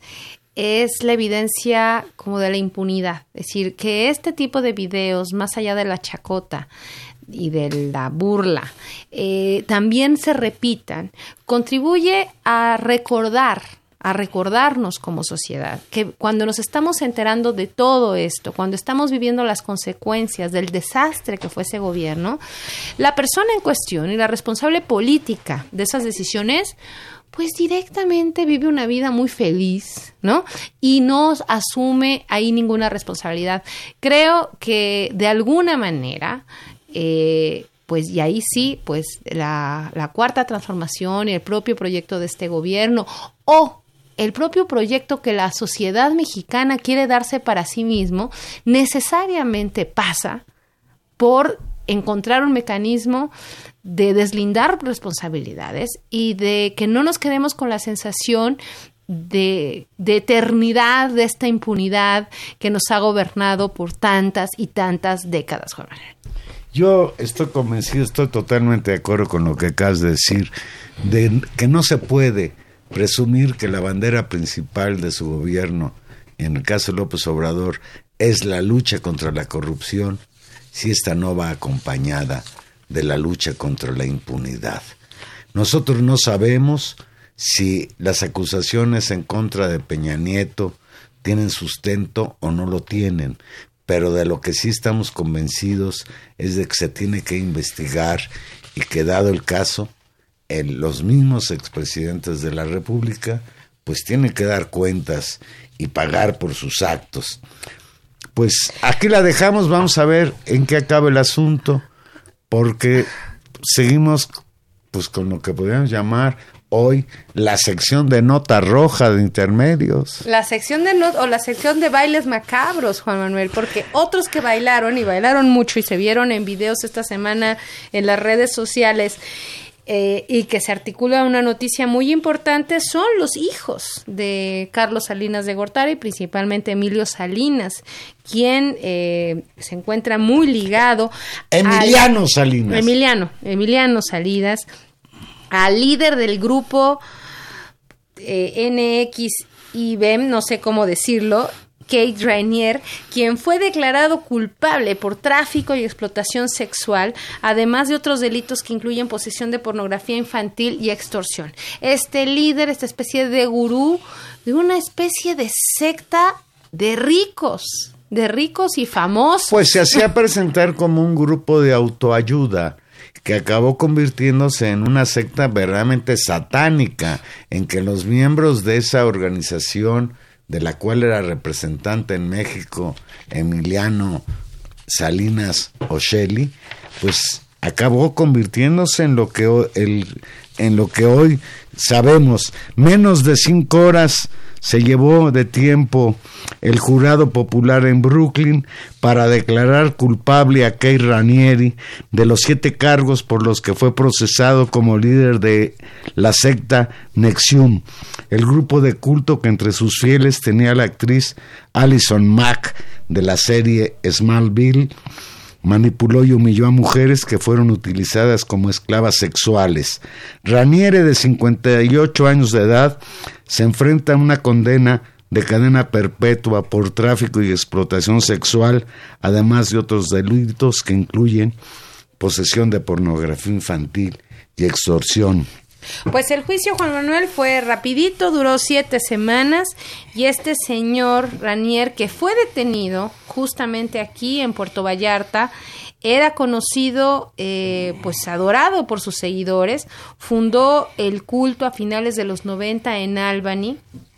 es la evidencia como de la impunidad. Es decir, que este tipo de videos, más allá de la chacota y de la burla, eh, también se repitan, contribuye a recordar, a recordarnos como sociedad, que cuando nos estamos enterando de todo esto, cuando estamos viviendo las consecuencias del desastre que fue ese gobierno, la persona en cuestión y la responsable política de esas decisiones, pues directamente vive una vida muy feliz, ¿no? Y no asume ahí ninguna responsabilidad. Creo que de alguna manera, eh, pues y ahí sí, pues la, la cuarta transformación y el propio proyecto de este gobierno o el propio proyecto que la sociedad mexicana quiere darse para sí mismo, necesariamente pasa por encontrar un mecanismo de deslindar responsabilidades y de que no nos quedemos con la sensación de, de eternidad de esta impunidad que nos ha gobernado por tantas y tantas décadas, Juan Manuel. Yo estoy convencido, estoy totalmente de acuerdo con lo que acabas de decir, de que no se puede presumir que la bandera principal de su gobierno, en el caso de López Obrador, es la lucha contra la corrupción, si esta no va acompañada de la lucha contra la impunidad. Nosotros no sabemos si las acusaciones en contra de Peña Nieto tienen sustento o no lo tienen, pero de lo que sí estamos convencidos es de que se tiene que investigar y que, dado el caso, el, los mismos expresidentes de la República pues tienen que dar cuentas y pagar por sus actos. Pues aquí la dejamos, vamos a ver en qué acaba el asunto, porque seguimos pues con lo que podríamos llamar hoy la sección de nota roja de intermedios. La sección de not- o la sección de bailes macabros, Juan Manuel, porque otros que bailaron y bailaron mucho y se vieron en videos esta semana en las redes sociales, Eh, y que se articula una noticia muy importante, son los hijos de Carlos Salinas de Gortari, principalmente Emilio Salinas, quien eh, se encuentra muy ligado Emiliano al, Salinas Emiliano, Emiliano Salinas, al líder del grupo eh, N X I B E M, no sé cómo decirlo, Keith Raniere, quien fue declarado culpable por tráfico y explotación sexual, además de otros delitos que incluyen posesión de pornografía infantil y extorsión. Este líder, esta especie de gurú, de una especie de secta de ricos, de ricos y famosos. Pues se hacía presentar como un grupo de autoayuda que acabó convirtiéndose en una secta verdaderamente satánica, en que los miembros de esa organización, de la cual era representante en México Emiliano Salinas Ocelli, pues acabó convirtiéndose en lo que hoy, el, en lo que hoy sabemos. Menos de cinco horas se llevó de tiempo el jurado popular en Brooklyn para declarar culpable a Keith Raniere de los siete cargos por los que fue procesado como líder de la secta NXIVM, el grupo de culto que entre sus fieles tenía a la actriz Allison Mack de la serie Smallville. Manipuló y humilló a mujeres que fueron utilizadas como esclavas sexuales. Raniere, de cincuenta y ocho años de edad, se enfrenta a una condena de cadena perpetua por tráfico y explotación sexual, además de otros delitos que incluyen posesión de pornografía infantil y extorsión. Pues el juicio, Juan Manuel, fue rapidito, duró siete semanas, y este señor Raniere, que fue detenido justamente aquí en Puerto Vallarta, era conocido, eh, pues adorado por sus seguidores, fundó el culto a finales de los noventa en Albany,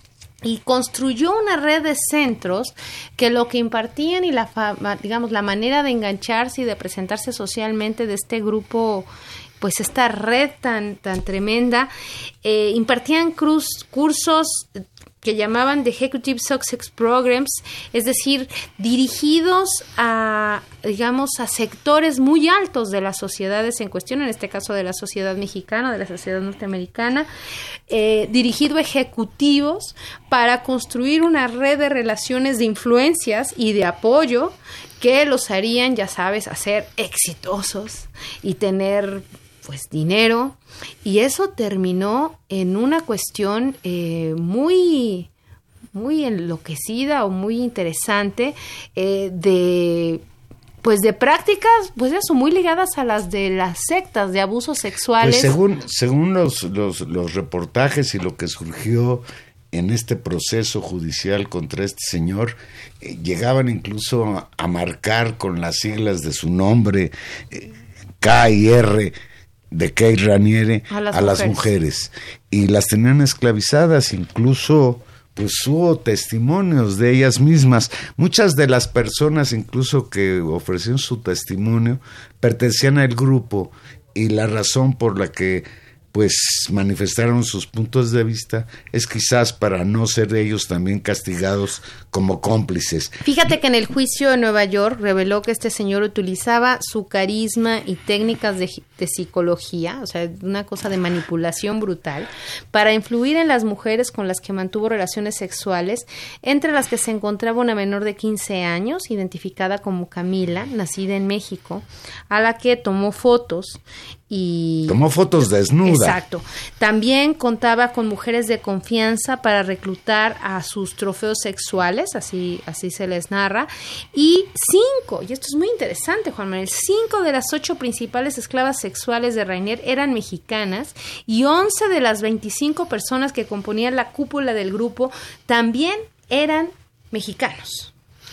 y construyó una red de centros que lo que impartían y la fama, digamos, la manera de engancharse y de presentarse socialmente de este grupo, pues esta red tan, tan tremenda, eh, impartían cruz, cursos que llamaban The Executive Success Programs, es decir, dirigidos a, digamos, a sectores muy altos de las sociedades en cuestión, en este caso de la sociedad mexicana, de la sociedad norteamericana, eh, dirigido a ejecutivos para construir una red de relaciones de influencias y de apoyo que los harían, ya sabes, a ser exitosos y tener pues dinero, y eso terminó en una cuestión eh, muy, muy enloquecida o muy interesante eh, de pues de prácticas, pues eso, muy ligadas a las de las sectas de abusos sexuales. Pues según, según los, los, los reportajes y lo que surgió en este proceso judicial contra este señor, eh, llegaban incluso a, a marcar con las siglas de su nombre, eh, K y R, de Keith Raniere, a, las, a mujeres. las mujeres, y las tenían esclavizadas. Incluso pues hubo testimonios de ellas mismas. Muchas de las personas incluso que ofrecían su testimonio pertenecían al grupo, y la razón por la que pues manifestaron sus puntos de vista es quizás para no ser ellos también castigados como cómplices. Fíjate que en el juicio de Nueva York reveló que este señor utilizaba su carisma y técnicas de, de psicología, o sea, una cosa de manipulación brutal, para influir en las mujeres con las que mantuvo relaciones sexuales, entre las que se encontraba una menor de quince años, identificada como Camila, nacida en México, a la que tomó fotos y... Tomó fotos desnuda. Exacto. También contaba con mujeres de confianza para reclutar a sus trofeos sexuales, así, así se les narra, y cinco, y esto es muy interesante, Juan Manuel, cinco de las ocho principales esclavas sexuales de Raniere eran mexicanas, y once de las veinticinco personas que componían la cúpula del grupo también eran mexicanos.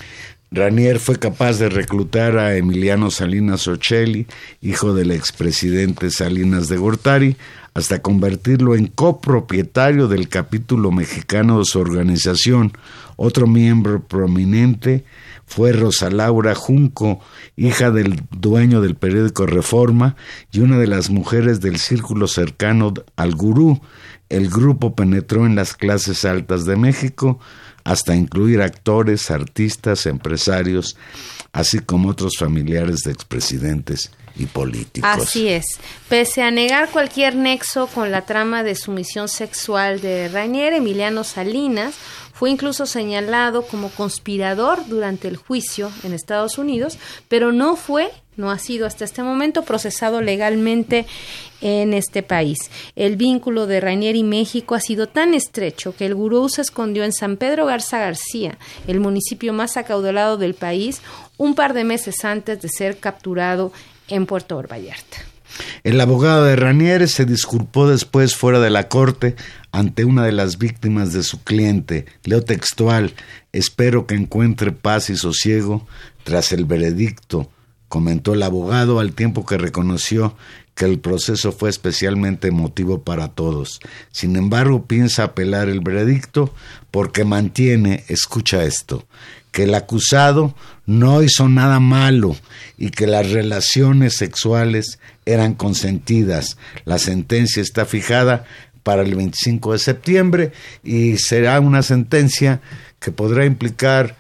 Raniere fue capaz de reclutar a Emiliano Salinas Ocelli, hijo del expresidente Salinas de Gortari, hasta convertirlo en copropietario del capítulo mexicano de su organización. Otro miembro prominente fue Rosa Laura Junco, hija del dueño del periódico Reforma y una de las mujeres del círculo cercano al gurú. El grupo penetró en las clases altas de México, hasta incluir actores, artistas, empresarios, así como otros familiares de expresidentes y políticos. Así es. Pese a negar cualquier nexo con la trama de sumisión sexual de Raniere, Emiliano Salinas fue incluso señalado como conspirador durante el juicio en Estados Unidos, pero no fue no ha sido hasta este momento procesado legalmente en este país. El vínculo de Rainier y México ha sido tan estrecho que el gurú se escondió en San Pedro Garza García, el municipio más acaudalado del país, un par de meses antes de ser capturado en Puerto Vallarta. El abogado de Rainier se disculpó después fuera de la corte ante una de las víctimas de su cliente. Leo textual: espero que encuentre paz y sosiego tras el veredicto, comentó el abogado, al tiempo que reconoció que el proceso fue especialmente emotivo para todos. Sin embargo, piensa apelar el veredicto porque mantiene, escucha esto, que el acusado no hizo nada malo y que las relaciones sexuales eran consentidas. La sentencia está fijada para el veinticinco de septiembre y será una sentencia que podrá implicar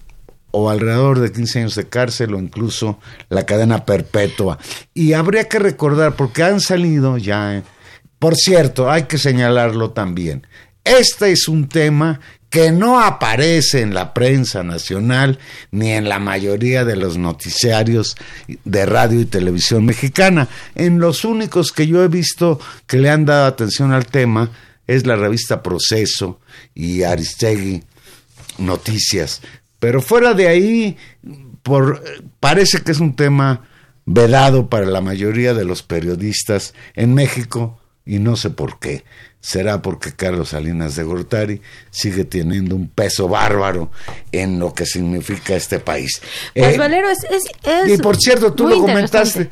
o alrededor de quince años de cárcel o incluso la cadena perpetua. Y habría que recordar, porque han salido ya, por cierto, hay que señalarlo también, este es un tema que no aparece en la prensa nacional ni en la mayoría de los noticiarios de radio y televisión mexicana. En los únicos que yo he visto que le han dado atención al tema es la revista Proceso y Aristegui Noticias. Pero fuera de ahí, por, parece que es un tema vedado para la mayoría de los periodistas en México y no sé por qué. Será porque Carlos Salinas de Gortari sigue teniendo un peso bárbaro en lo que significa este país. Pues eh, Valero, es, es, es y por cierto, tú lo comentaste,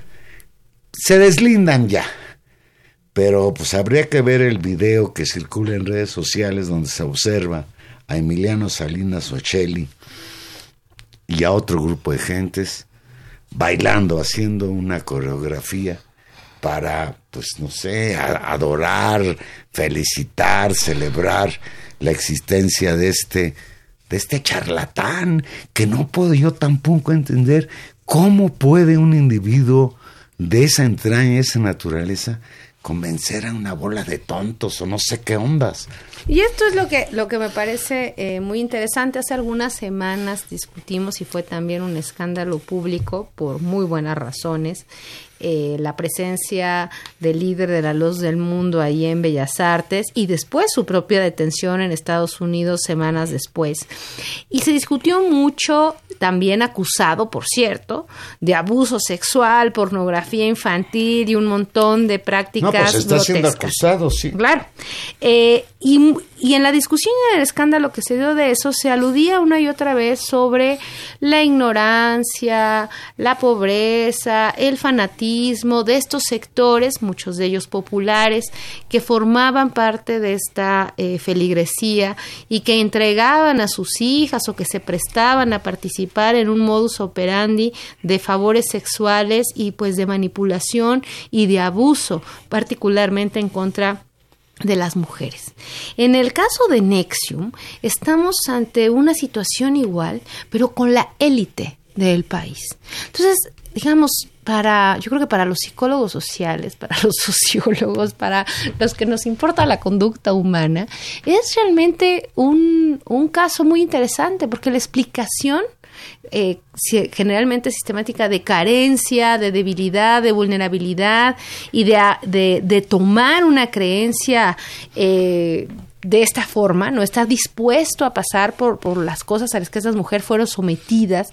se deslindan ya. Pero pues habría que ver el video que circula en redes sociales donde se observa a Emiliano Salinas Ocelli y a otro grupo de gentes bailando, haciendo una coreografía para, pues no sé, a, adorar, felicitar, celebrar la existencia de este, de este charlatán, que no puedo yo tampoco entender cómo puede un individuo de esa entraña, esa naturaleza, convencer a una bola de tontos o no sé qué ondas. Y esto es lo que lo que me parece eh, muy interesante. Hace algunas semanas discutimos y fue también un escándalo público por muy buenas razones. Eh, la presencia del líder de la Luz del Mundo ahí en Bellas Artes y después su propia detención en Estados Unidos semanas después. Y se discutió mucho, también acusado, por cierto, de abuso sexual, pornografía infantil y un montón de prácticas grotescas. No, pues está siendo acusado, sí. Claro. Eh, y, y en la discusión y en el escándalo que se dio de eso, se aludía una y otra vez sobre la ignorancia, la pobreza, el fanatismo de estos sectores, muchos de ellos populares, que formaban parte de esta eh, feligresía y que entregaban a sus hijas o que se prestaban a participar en un modus operandi de favores sexuales y pues de manipulación y de abuso, particularmente en contra de las mujeres. En el caso de Nexium, estamos ante una situación igual, pero con la élite del país. Entonces, digamos, para, yo creo que para los psicólogos sociales, para los sociólogos, para los que nos importa la conducta humana, es realmente un, un caso muy interesante, porque la explicación eh, generalmente sistemática de carencia, de debilidad, de vulnerabilidad y de, de, de tomar una creencia eh, de esta forma, no está dispuesto a pasar por, por las cosas a las que esas mujeres fueron sometidas,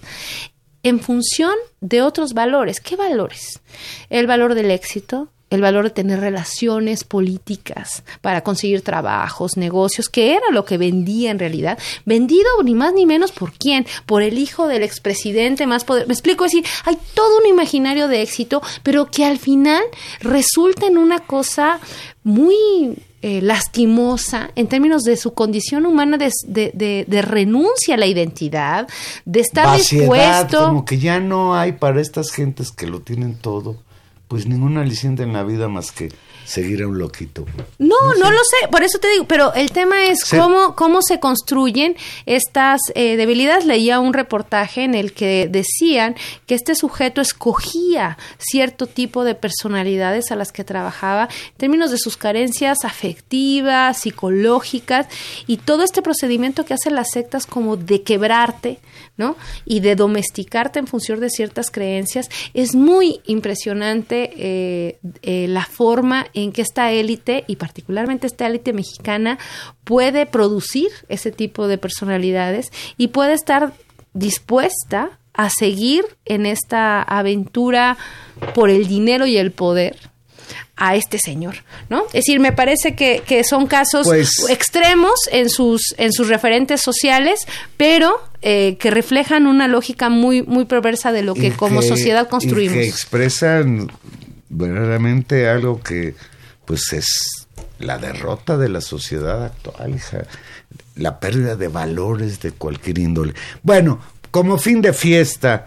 en función de otros valores. ¿Qué valores? El valor del éxito, el valor de tener relaciones políticas para conseguir trabajos, negocios, que era lo que vendía en realidad. Vendido ni más ni menos por quién, por el hijo del expresidente más poderoso. Me explico, es decir, hay todo un imaginario de éxito, pero que al final resulta en una cosa muy Eh, lastimosa en términos de su condición humana de, de, de, de renuncia a la identidad, de estar vaciedad, dispuesto. Como que ya no hay para estas gentes que lo tienen todo, pues ningún aliciente en la vida más que seguir a un loquito. No, no, no lo sé, por eso te digo, pero el tema es sí. cómo, cómo se construyen estas eh, debilidades. Leía un reportaje en el que decían que este sujeto escogía cierto tipo de personalidades a las que trabajaba en términos de sus carencias afectivas, psicológicas, y todo este procedimiento que hacen las sectas como de quebrarte, ¿no? Y de domesticarte en función de ciertas creencias. Es muy impresionante eh, eh, la forma en que esta élite, y particularmente esta élite mexicana, puede producir ese tipo de personalidades y puede estar dispuesta a seguir en esta aventura por el dinero y el poder a este señor, ¿no? Es decir, me parece que, que son casos pues, extremos en sus en sus referentes sociales, pero eh, que reflejan una lógica muy muy perversa de lo que, que como sociedad construimos. Y que expresan verdaderamente algo que pues es la derrota de la sociedad actual, hija, la pérdida de valores de cualquier índole. Bueno, como fin de fiesta,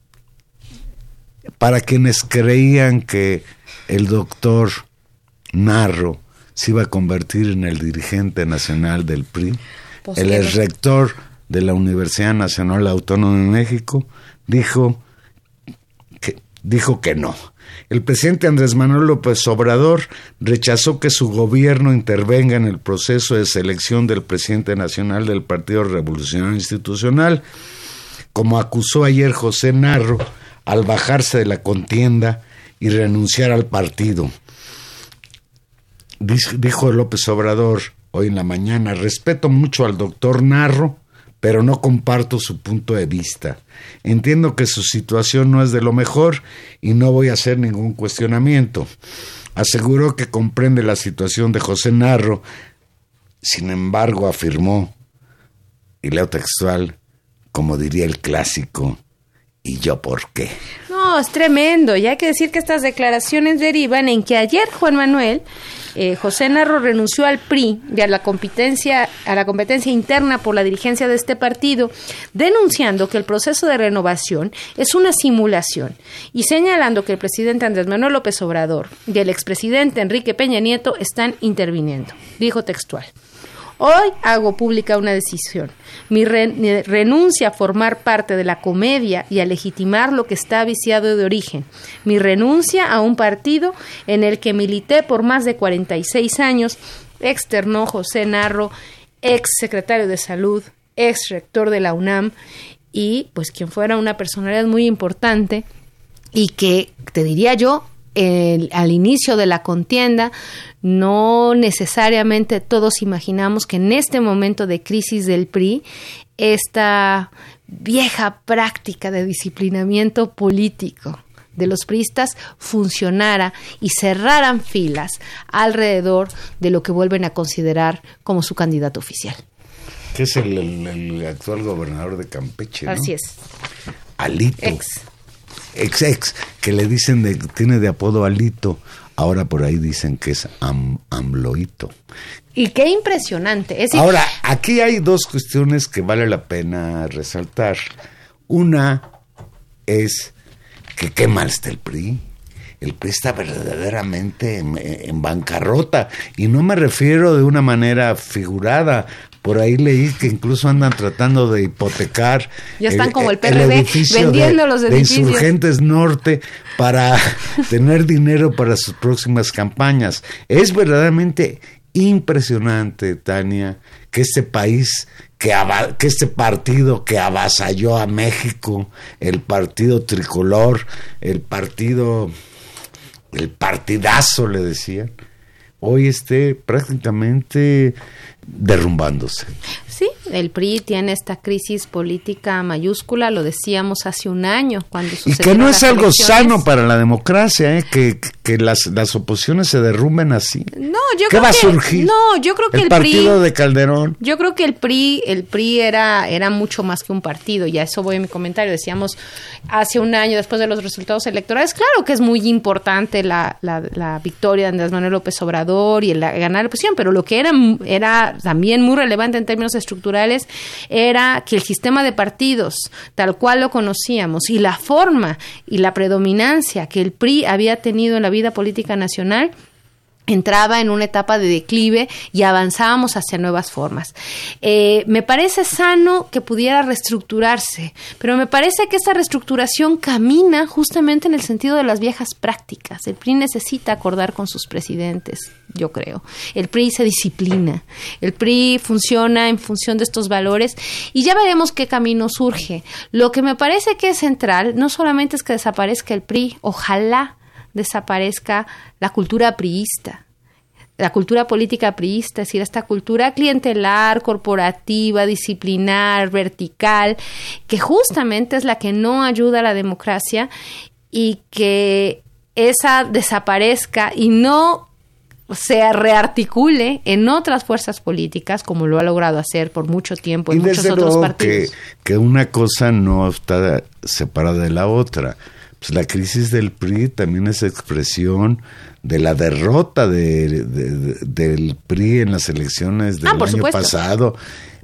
para quienes creían que el doctor Narro se iba a convertir en el dirigente nacional del P R I, pues el ex rector de la Universidad Nacional Autónoma de México dijo que, dijo que no. El presidente Andrés Manuel López Obrador rechazó que su gobierno intervenga en el proceso de selección del presidente nacional del Partido Revolucionario Institucional, como acusó ayer José Narro al bajarse de la contienda y renunciar al partido. Dijo López Obrador hoy en la mañana: respeto mucho al doctor Narro, pero no comparto su punto de vista. Entiendo que su situación no es de lo mejor y no voy a hacer ningún cuestionamiento. Aseguró que comprende la situación de José Narro. Sin embargo, afirmó, y leo textual, como diría el clásico, ¿y yo por qué? No, es tremendo. Y hay que decir que estas declaraciones derivan en que ayer Juan Manuel eh, José Narro renunció al P R I y a la competencia a la competencia interna por la dirigencia de este partido, denunciando que el proceso de renovación es una simulación y señalando que el presidente Andrés Manuel López Obrador y el expresidente Enrique Peña Nieto están interviniendo. Dijo textual: hoy hago pública una decisión. Mi, re, mi renuncia a formar parte de la comedia y a legitimar lo que está viciado de origen. Mi renuncia a un partido en el que milité por más de cuarenta y seis años, externó José Narro, ex secretario de Salud, ex rector de la UNAM y pues quien fuera una personalidad muy importante y que, te diría yo, El, al inicio de la contienda, no necesariamente todos imaginamos que en este momento de crisis del P R I, esta vieja práctica de disciplinamiento político de los priistas funcionara y cerraran filas alrededor de lo que vuelven a considerar como su candidato oficial. Que es el, el, el actual gobernador de Campeche, ¿no? Así es. Alito. Ex. Ex, ex, que le dicen, de, tiene de apodo Alito, ahora por ahí dicen que es Am, Amloito. Y qué impresionante. Es decir, ahora, aquí hay dos cuestiones que vale la pena resaltar. Una es que qué mal está el P R I. El P R I está verdaderamente en, en bancarrota, y no me refiero de una manera figurada. Por ahí leí que incluso andan tratando de hipotecar. Ya están el, como el P R D vendiendo de, los de edificios. De Insurgentes Norte para tener dinero para sus próximas campañas. Es verdaderamente impresionante, Tania, que este país, que, que este partido que avasalló a México, el partido tricolor, el partido, el partidazo le decían, hoy esté prácticamente derrumbándose. Sí, el P R I tiene esta crisis política mayúscula, lo decíamos hace un año cuando sucedió. Y que no es algo sano para la democracia, ¿eh? que, que las, las oposiciones se derrumben así. No, yo ¿Qué creo va que, a surgir? No, yo creo que el, el partido P R I, de Calderón. Yo creo que el P R I, el P R I era, era mucho más que un partido, y a eso voy a mi comentario. Decíamos hace un año, después de los resultados electorales, claro que es muy importante la, la, la victoria de Andrés Manuel López Obrador y el ganar la oposición, pero lo que era, era también muy relevante en términos estructurales era que el sistema de partidos, tal cual lo conocíamos, y la forma y la predominancia que el P R I había tenido en la vida política nacional entraba en una etapa de declive y avanzábamos hacia nuevas formas. Eh, me parece sano que pudiera reestructurarse, pero me parece que esta reestructuración camina justamente en el sentido de las viejas prácticas. El P R I necesita acordar con sus presidentes, yo creo. El P R I se disciplina. El P R I funciona en función de estos valores y ya veremos qué camino surge. Lo que me parece que es central no solamente es que desaparezca el P R I, ojalá desaparezca la cultura priista, la cultura política priista, es decir, esta cultura clientelar, corporativa, disciplinar, vertical, que justamente es la que no ayuda a la democracia y que esa desaparezca y no se rearticule en otras fuerzas políticas, como lo ha logrado hacer por mucho tiempo en y muchos desde otros luego partidos. Que, que una cosa no está separada de la otra. Pues la crisis del P R I también es expresión de la derrota de, de, de, del P R I en las elecciones del ah, por año supuesto. pasado.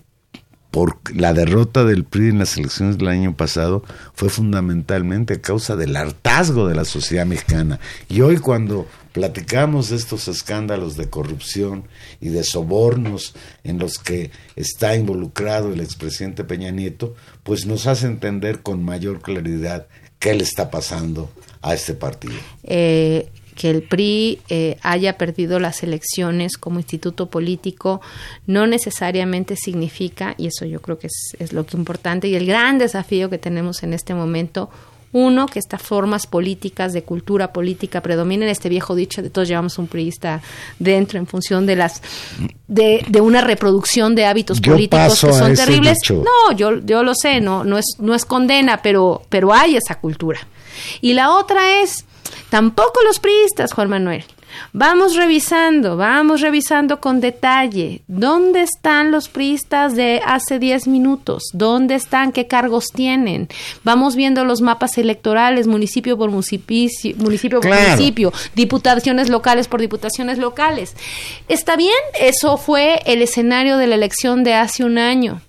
Por la derrota del P R I en las elecciones del año pasado fue fundamentalmente a causa del hartazgo de la sociedad mexicana. Y hoy, cuando platicamos de estos escándalos de corrupción y de sobornos en los que está involucrado el expresidente Peña Nieto, pues nos hace entender con mayor claridad qué le está pasando a este partido. Eh, que el P R I eh, haya perdido las elecciones como instituto político no necesariamente significa, y eso yo creo que es, es lo que es importante, y el gran desafío que tenemos en este momento, uno, que estas formas políticas de cultura política predominen, este viejo dicho de todos llevamos un priista dentro en función de las de, de una reproducción de hábitos yo políticos que son terribles. Dicho. No, yo yo lo sé, no no es no es condena, pero pero hay esa cultura. Y la otra es tampoco los priistas, Juan Manuel. Vamos revisando, vamos revisando con detalle. ¿Dónde están los priistas de hace diez minutos? ¿Dónde están? ¿Qué cargos tienen? Vamos viendo los mapas electorales, municipio por municipio, municipio por claro. municipio, diputaciones locales por diputaciones locales. ¿Está bien? Eso fue el escenario de la elección de hace un año.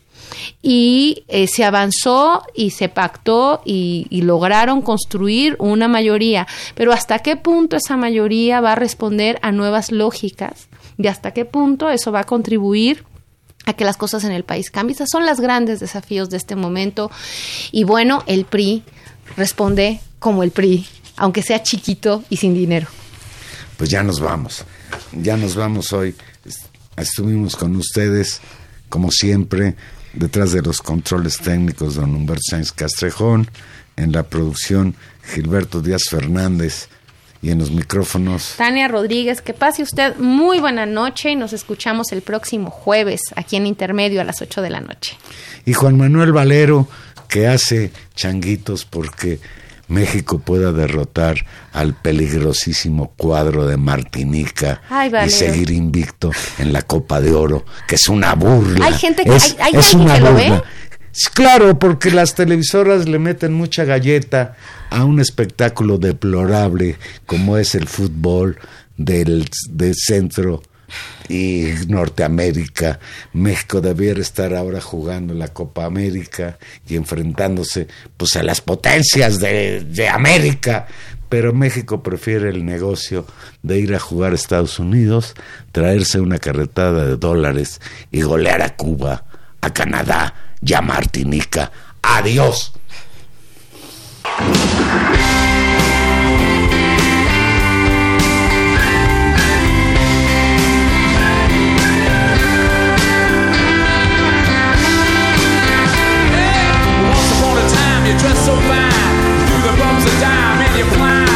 Y eh, se avanzó y se pactó y, y lograron construir una mayoría, pero ¿hasta qué punto esa mayoría va a responder a nuevas lógicas? ¿Y hasta qué punto eso va a contribuir a que las cosas en el país cambien? Esos son los grandes desafíos de este momento. Y bueno, el P R I responde como el P R I, aunque sea chiquito y sin dinero. Pues ya nos vamos, ya nos vamos hoy. Estuvimos con ustedes, como siempre, detrás de los controles técnicos, don Humberto Sáenz Castrejón, en la producción Gilberto Díaz Fernández y en los micrófonos Tania Rodríguez. Que pase usted muy buena noche y nos escuchamos el próximo jueves aquí en Intermedio a las ocho de la noche. Y Juan Manuel Valero, que hace changuitos porque México pueda derrotar al peligrosísimo cuadro de Martinica. Ay, y Valero. seguir invicto en la Copa de Oro, que es una burla. Hay gente que, es, hay, hay es alguien una que lo burla. ve. Claro, porque las televisoras le meten mucha galleta a un espectáculo deplorable como es el fútbol del, del centro y Norteamérica. México debiera estar ahora jugando la Copa América y enfrentándose pues a las potencias de, de América, pero México prefiere el negocio de ir a jugar a Estados Unidos, traerse una carretada de dólares y golear a Cuba, a Canadá y a Martinica. ¡Adiós! Dress so fine, through the bumps of dime, and you climb